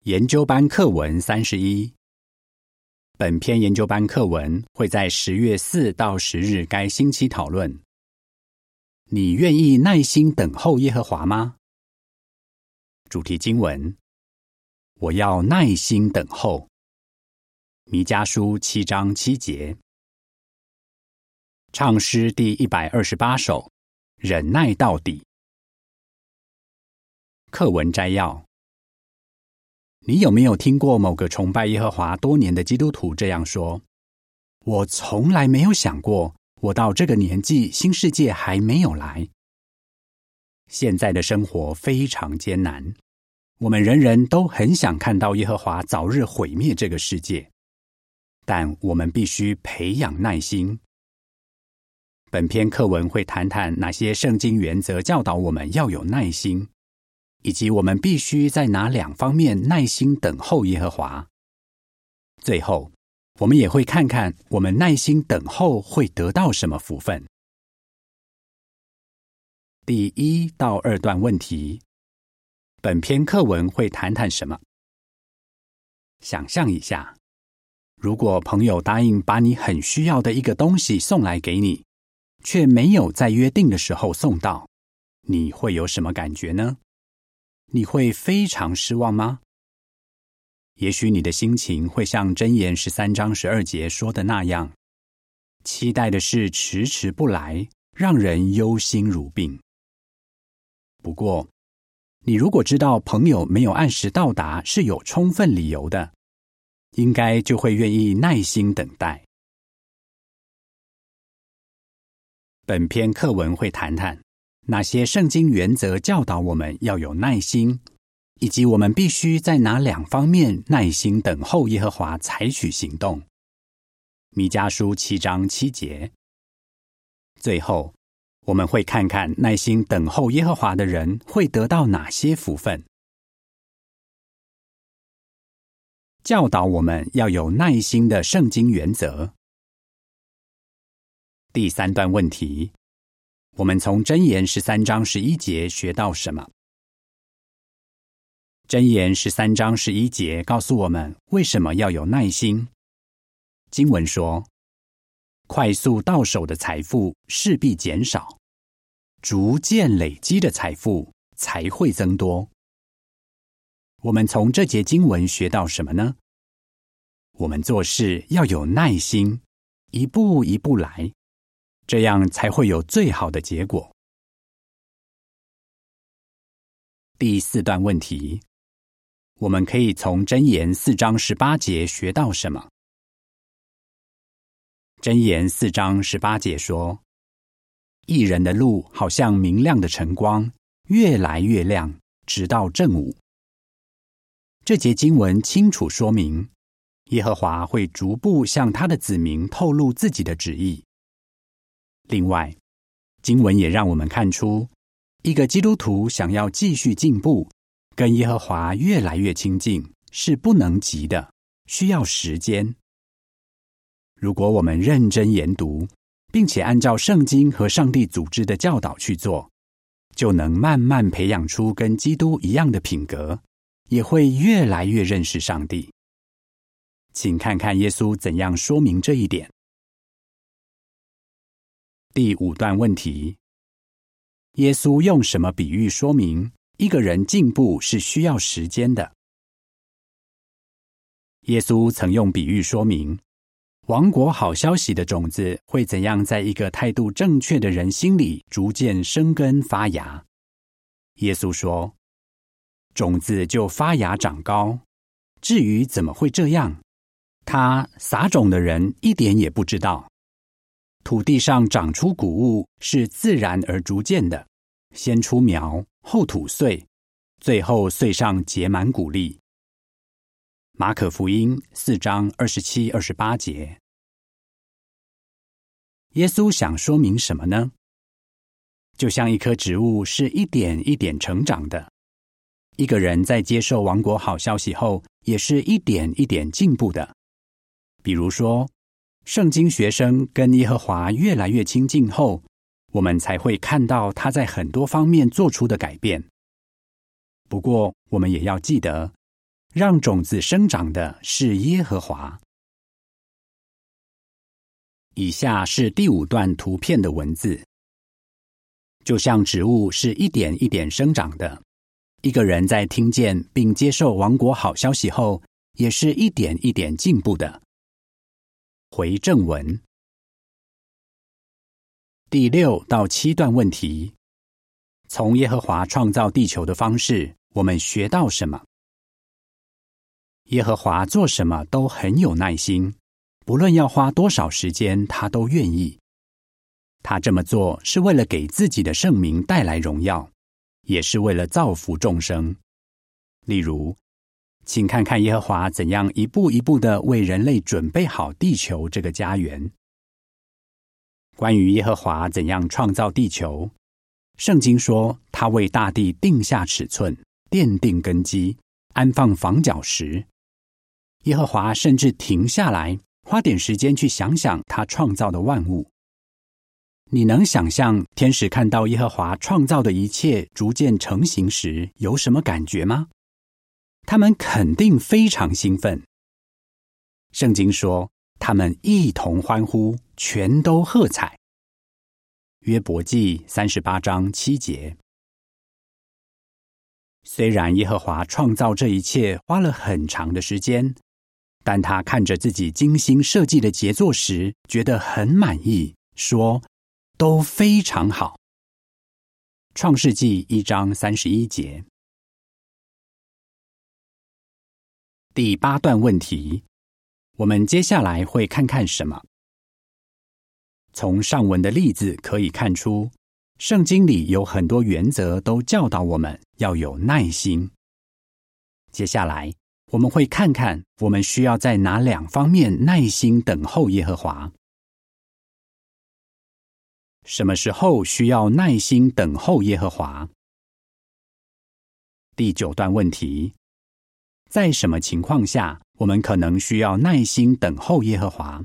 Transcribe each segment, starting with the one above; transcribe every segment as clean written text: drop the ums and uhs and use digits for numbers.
研究班课文31，本篇研究班课文会在10月4到10日该星期讨论。你愿意耐心等候耶和华吗？主题经文：我要耐心等候。弥迦书7章7节。唱诗第128首，忍耐到底。课文摘要：你有没有听过某个崇拜耶和华多年的基督徒这样说：我从来没有想过，我到这个年纪，新世界还没有来。现在的生活非常艰难，我们人人都很想看到耶和华早日毁灭这个世界，但我们必须培养耐心。本篇课文会谈谈哪些圣经原则教导我们要有耐心，以及我们必须在哪2方面耐心等候耶和华。最后，我们也会看看我们耐心等候会得到什么福分。第1到2段问题，本篇课文会谈谈什么？想象一下，如果朋友答应把你很需要的一个东西送来给你，却没有在约定的时候送到，你会有什么感觉呢？你会非常失望吗？也许你的心情会像箴言13章12节说的那样，期待的事迟迟不来，让人忧心如病。不过，你如果知道朋友没有按时到达是有充分理由的，应该就会愿意耐心等待。本篇课文会谈谈哪些圣经原则教导我们要有耐心，以及我们必须在哪2方面耐心等候耶和华采取行动。弥迦书7章7节。最后，我们会看看耐心等候耶和华的人会得到哪些福分。教导我们要有耐心的圣经原则。第3段问题，我们从箴言13章11节学到什么？箴言13章11节告诉我们为什么要有耐心。经文说，快速到手的财富势必减少，逐渐累积的财富才会增多。我们从这节经文学到什么呢？我们做事要有耐心，一步一步来，这样才会有最好的结果。第4段问题，我们可以从箴言4章18节学到什么？箴言4章18节说，义人的路好像明亮的晨光，越来越亮，直到正午。这节经文清楚说明，耶和华会逐步向他的子民透露自己的旨意。另外，经文也让我们看出，一个基督徒想要继续进步，跟耶和华越来越亲近，是不能急的，需要时间。如果我们认真研读，并且按照圣经和上帝组织的教导去做，就能慢慢培养出跟基督一样的品格，也会越来越认识上帝。请看看耶稣怎样说明这一点。第5段问题，耶稣用什么比喻说明一个人进步是需要时间的？耶稣曾用比喻说明，王国好消息的种子会怎样在一个态度正确的人心里逐渐生根发芽。耶稣说，种子就发芽长高，至于怎么会这样，他撒种的人一点也不知道。土地上长出谷物是自然而逐渐的，先出苗，后吐穗，最后穗上结满谷粒。马可福音4章27、28节。耶稣想说明什么呢？就像一棵植物是一点一点成长的，一个人在接受王国好消息后，也是一点一点进步的。比如说，圣经学生跟耶和华越来越亲近后，我们才会看到他在很多方面做出的改变。不过，我们也要记得， 让种子生长的是耶和华。以下是第5段图片的文字。就像植物是一点一点生长的，一个人在听见并接受王国好消息后，也是一点一点进步的。回正文。第6到7段问题：从耶和华创造地球的方式，我们学到什么？耶和华做什么都很有耐心，不论要花多少时间，他都愿意。他这么做是为了给自己的圣名带来荣耀，也是为了造福众生。例如，请看看耶和华怎样一步一步地为人类准备好地球这个家园。关于耶和华怎样创造地球，圣经说他为大地定下尺寸，奠定根基，安放房角石。耶和华甚至停下来，花点时间去想想他创造的万物。你能想象天使看到耶和华创造的一切逐渐成型时有什么感觉吗？他们肯定非常兴奋。圣经说，他们一同欢呼，全都喝彩。约伯记38章7节。虽然耶和华创造这一切花了很长的时间，但他看着自己精心设计的杰作时，觉得很满意，说都非常好。创世纪1章31节。第8段问题，我们接下来会看看什么？从上文的例子可以看出，圣经里有很多原则都教导我们要有耐心。接下来，我们会看看我们需要在哪2方面耐心等候耶和华。什么时候需要耐心等候耶和华？第9段问题，在什么情况下我们可能需要耐心等候耶和华？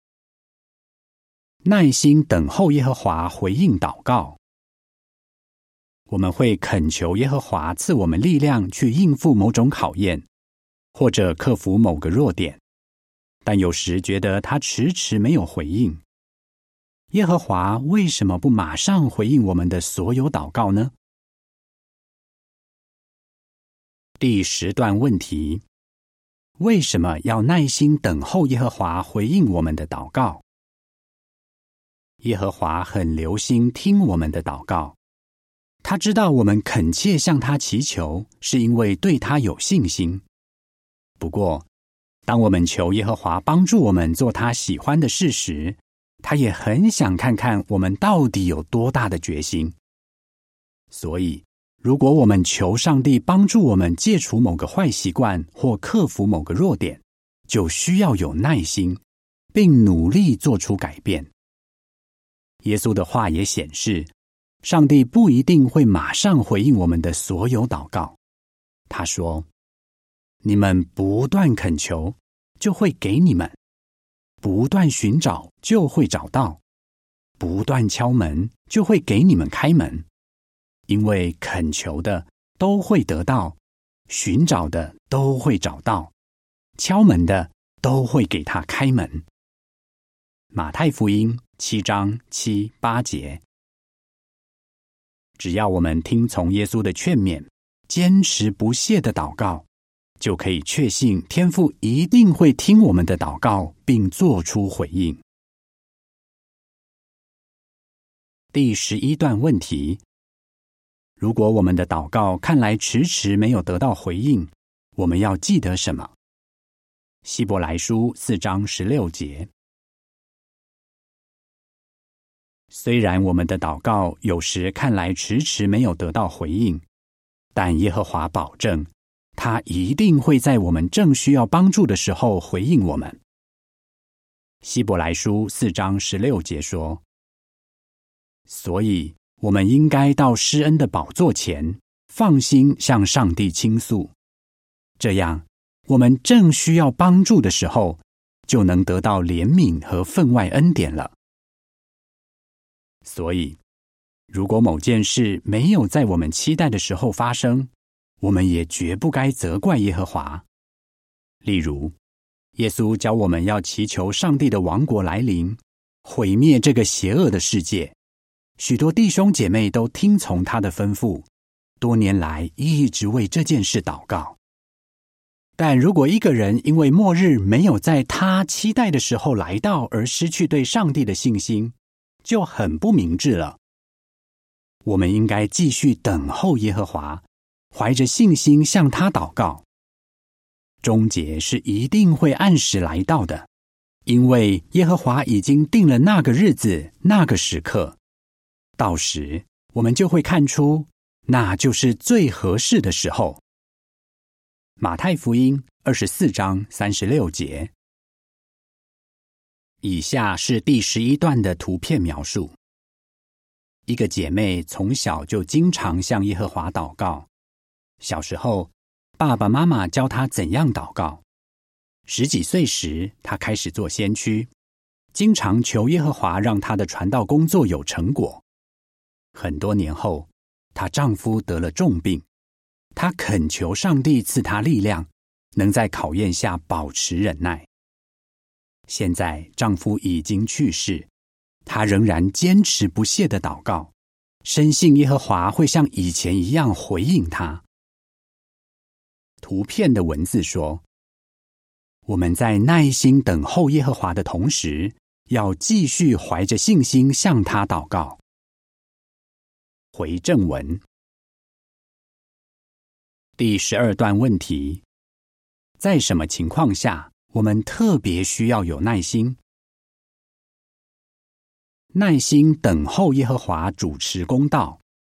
耐心等候耶和华回应祷告。我们会恳求耶和华赐我们力量去应付某种考验，或者克服某个弱点，但有时觉得他迟迟没有回应。耶和华为什么不马上回应我们的所有祷告呢？第10段问题，为什么要耐心等候耶和华回应我们的祷告？耶和华很留心听我们的祷告，他知道我们恳切向他祈求，是因为对他有信心。不过，当我们求耶和华帮助我们做他喜欢的事时，他也很想看看我们到底有多大的决心。所以，如果我们求上帝帮助我们戒除某个坏习惯或克服某个弱点，就需要有耐心，并努力做出改变。耶稣的话也显示，上帝不一定会马上回应我们的所有祷告。他说，你们不断恳求，就会给你们；不断寻找，就会找到；不断敲门，就会给你们开门。因为恳求的都会得到，寻找的都会找到，敲门的都会给他开门。马太福音7章7、8节。只要我们听从耶稣的劝勉，坚持不懈的祷告，就可以确信天父一定会听我们的祷告，并做出回应。第11段问题，如果我们的祷告看来迟迟没有得到回应，我们要记得什么？希伯来书4章16节。虽然我们的祷告有时看来迟迟没有得到回应，但耶和华保证，他一定会在我们正需要帮助的时候回应我们。希伯来书4章16节说，所以我们应该到施恩的宝座前，放心向上帝倾诉，这样我们正需要帮助的时候，就能得到怜悯和分外恩典了。所以，如果某件事没有在我们期待的时候发生，我们也绝不该责怪耶和华， 例如，耶稣教我们要祈求上帝的王国来临，毁灭这个邪恶的世界。许多弟兄姐妹都听从他的吩咐，多年来一直为这件事祷告。但如果一个人因为末日没有在他期待的时候来到而失去对上帝的信心，就很不明智了。我们应该继续等候耶和华，怀着信心向他祷告。终结是一定会按时来到的，因为耶和华已经定了那个日子、那个时刻。到时我们就会看出，那就是最合适的时候。马太福音24章36节。以下是第11段的图片描述。一个姐妹从小就经常向耶和华祷告。小时候，爸爸妈妈教她怎样祷告。10几岁时，她开始做先驱，经常求耶和华让她的传道工作有成果。很多年后，她丈夫得了重病，她恳求上帝赐她力量，能在考验下保持忍耐。现在丈夫已经去世，她仍然坚持不懈地祷告，深信耶和华会像以前一样回应她。图片的文字说，我们在耐心等候耶和华的同时，要继续怀着信心向他祷告。回正文。第12段问题：在什么情况下我们特别需要有耐心？耐心等候耶和华主持公道。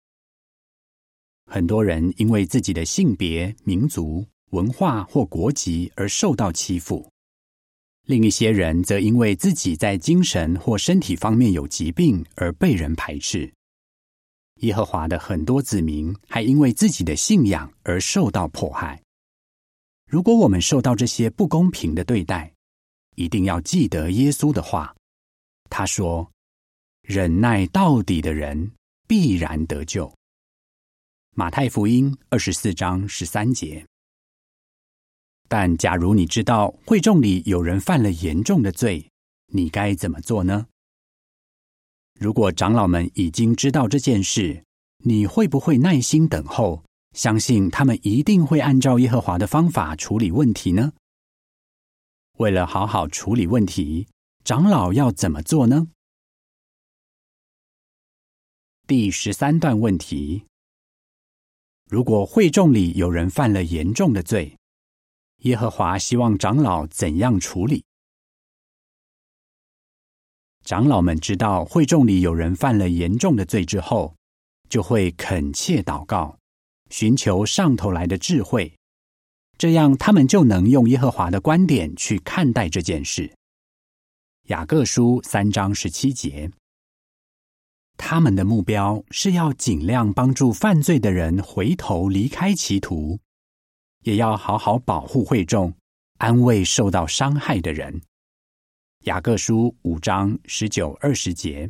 很多人因为自己的性别、民族、文化或国籍而受到欺负，另一些人则因为自己在精神或身体方面有疾病而被人排斥。耶和华的很多子民还因为自己的信仰而受到迫害。如果我们受到这些不公平的对待，一定要记得耶稣的话。他说：“忍耐到底的人必然得救。”马太福音24章13节。但假如你知道会众里有人犯了严重的罪，你该怎么做呢？如果长老们已经知道这件事，你会不会耐心等候，相信他们一定会按照耶和华的方法处理问题呢？为了好好处理问题，长老要怎么做呢？第13段问题：如果会众里有人犯了严重的罪，耶和华希望长老怎样处理？长老们知道会众里有人犯了严重的罪之后，就会恳切祷告，寻求上头来的智慧，这样他们就能用耶和华的观点去看待这件事。雅各书3章17节。他们的目标是要尽量帮助犯罪的人回头离开歧途，也要好好保护会众，安慰受到伤害的人。雅各书5章19、20节。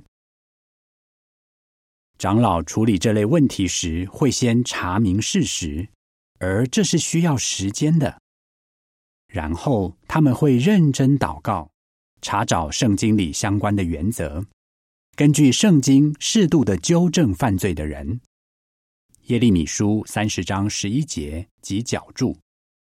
长老处理这类问题时，会先查明事实，而这是需要时间的。然后他们会认真祷告，查找圣经里相关的原则，根据圣经适度地纠正犯罪的人。耶利米书30章11节及脚注。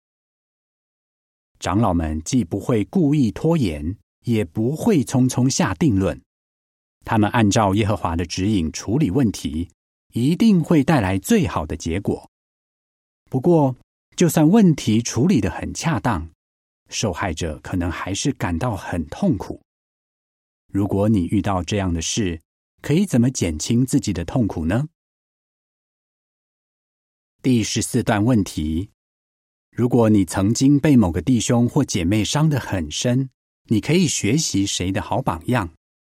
长老们既不会故意拖延，也不会匆匆下定论。他们按照耶和华的指引处理问题，一定会带来最好的结果。不过，就算问题处理得很恰当，受害者可能还是感到很痛苦。如果你遇到这样的事，可以怎么减轻自己的痛苦呢？第14段问题：如果你曾经被某个弟兄或姐妹伤得很深，你可以学习谁的好榜样？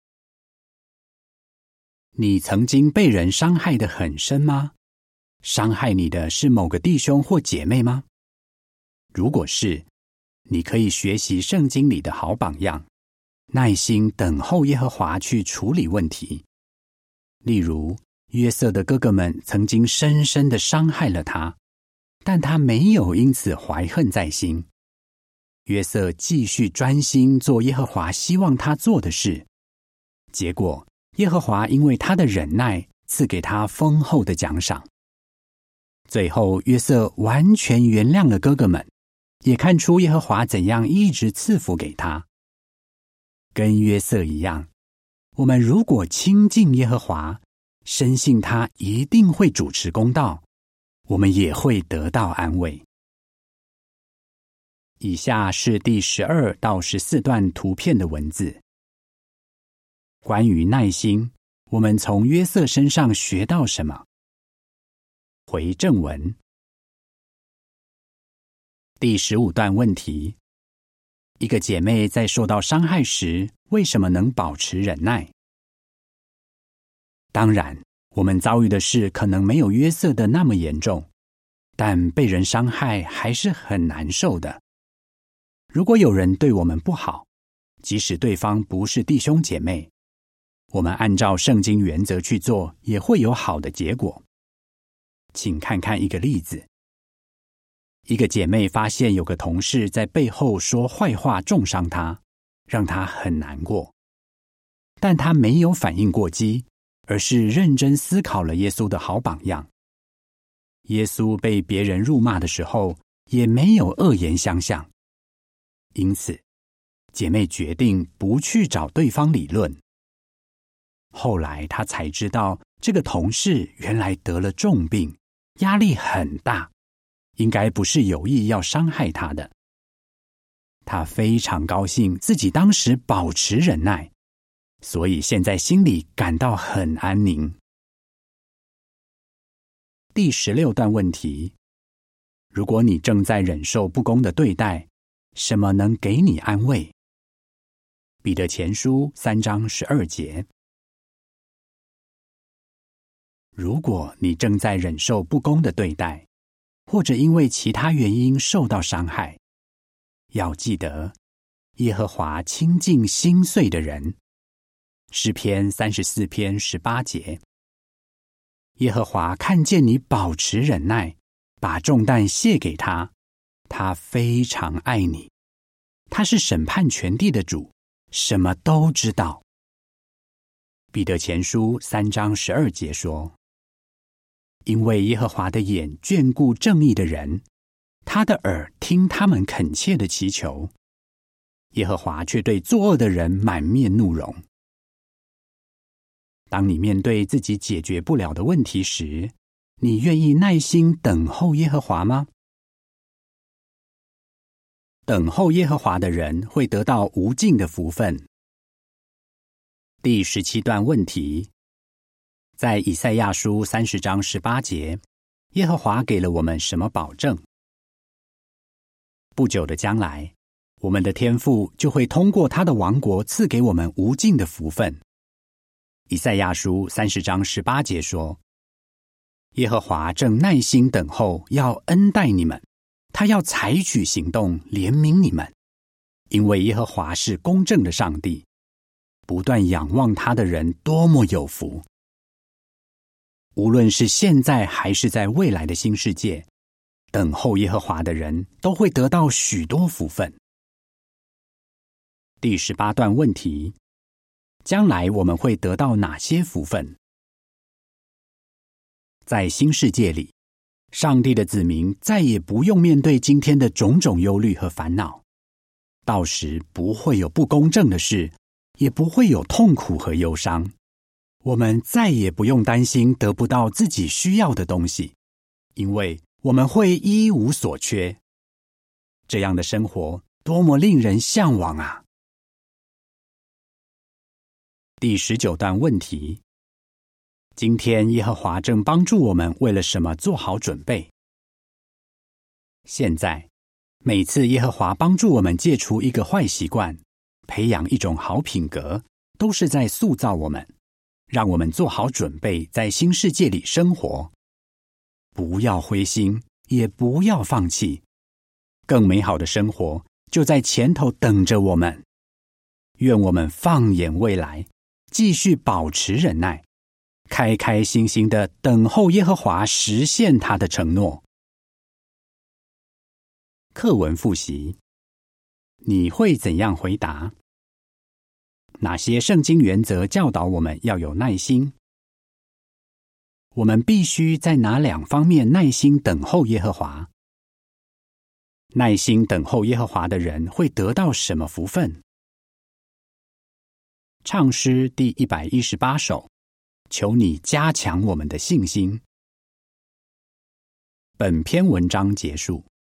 你曾经被人伤害得很深吗？伤害你的是某个弟兄或姐妹吗？如果是，你可以学习圣经里的好榜样，耐心等候耶和华去处理问题。例如，约瑟的哥哥们曾经深深地伤害了他，但他没有因此怀恨在心。 约瑟继续专心做耶和华希望他做的事，结果耶和华因为他的忍耐，赐给他丰厚的奖赏。最后约瑟完全原谅了哥哥们，也看出耶和华怎样一直赐福给他。跟约瑟一样，我们如果亲近耶和华，深信他一定会主持公道，我们也会得到安慰。以下是第12到14段图片的文字。关于耐心，我们从约瑟身上学到什么？回正文。第15段问题：一个姐妹在受到伤害时，为什么能保持忍耐？当然，我们遭遇的事可能没有约瑟的那么严重，但被人伤害还是很难受的。如果有人对我们不好，即使对方不是弟兄姐妹，我们按照圣经原则去做，也会有好的结果。请看看一个例子。一个姐妹发现有个同事在背后说坏话，重伤她，让她很难过。但她没有反应过激，而是认真思考了耶稣的好榜样。耶稣被别人辱骂的时候，也没有恶言相向。因此，姐妹决定不去找对方理论。后来她才知道，这个同事原来得了重病，压力很大，应该不是有意要伤害她的。她非常高兴自己当时保持忍耐，所以现在心里感到很安宁。第16段问题：如果你正在忍受不公的对待，什么能给你安慰？彼得前书3章12节。如果你正在忍受不公的对待，或者因为其他原因受到伤害，要记得，耶和华亲近心碎的人。诗篇34篇18节。耶和华看见你保持忍耐，把重担卸给他，他非常爱你。他是审判全地的主，什么都知道。彼得前书3章12节说：因为耶和华的眼眷顾正义的人，他的耳听他们恳切的祈求，耶和华却对作恶的人满面怒容。当你面对自己解决不了的问题时，你愿意耐心等候耶和华吗？等候耶和华的人会得到无尽的福分。第17段问题：在以赛亚书30章18节，耶和华给了我们什么保证？不久的将来，我们的天父就会通过他的王国赐给我们无尽的福分。以赛亚书30章18节说：耶和华正耐心等候，要恩待你们，他要采取行动怜悯你们，因为耶和华是公正的上帝，不断仰望他的人多么有福。无论是现在还是在未来的新世界，等候耶和华的人都会得到许多福分。第18段问题：将来我们会得到哪些福分？在新世界里，上帝的子民再也不用面对今天的种种忧虑和烦恼，到时不会有不公正的事，也不会有痛苦和忧伤。我们再也不用担心得不到自己需要的东西，因为我们会一无所缺。这样的生活多么令人向往啊！第19段问题：今天耶和华正帮助我们为了什么做好准备？现在，每次耶和华帮助我们戒除一个坏习惯，培养一种好品格，都是在塑造我们，让我们做好准备在新世界里生活。不要灰心，也不要放弃，更美好的生活就在前头等着我们。愿我们放眼未来，继续保持忍耐，开开心心的等候耶和华实现他的承诺。课文复习： 你会怎样回答？哪些圣经原则教导我们要有耐心？我们必须在哪2方面耐心等候耶和华？耐心等候耶和华的人会得到什么福分？唱诗第118首，求你加强我们的信心。本篇文章结束。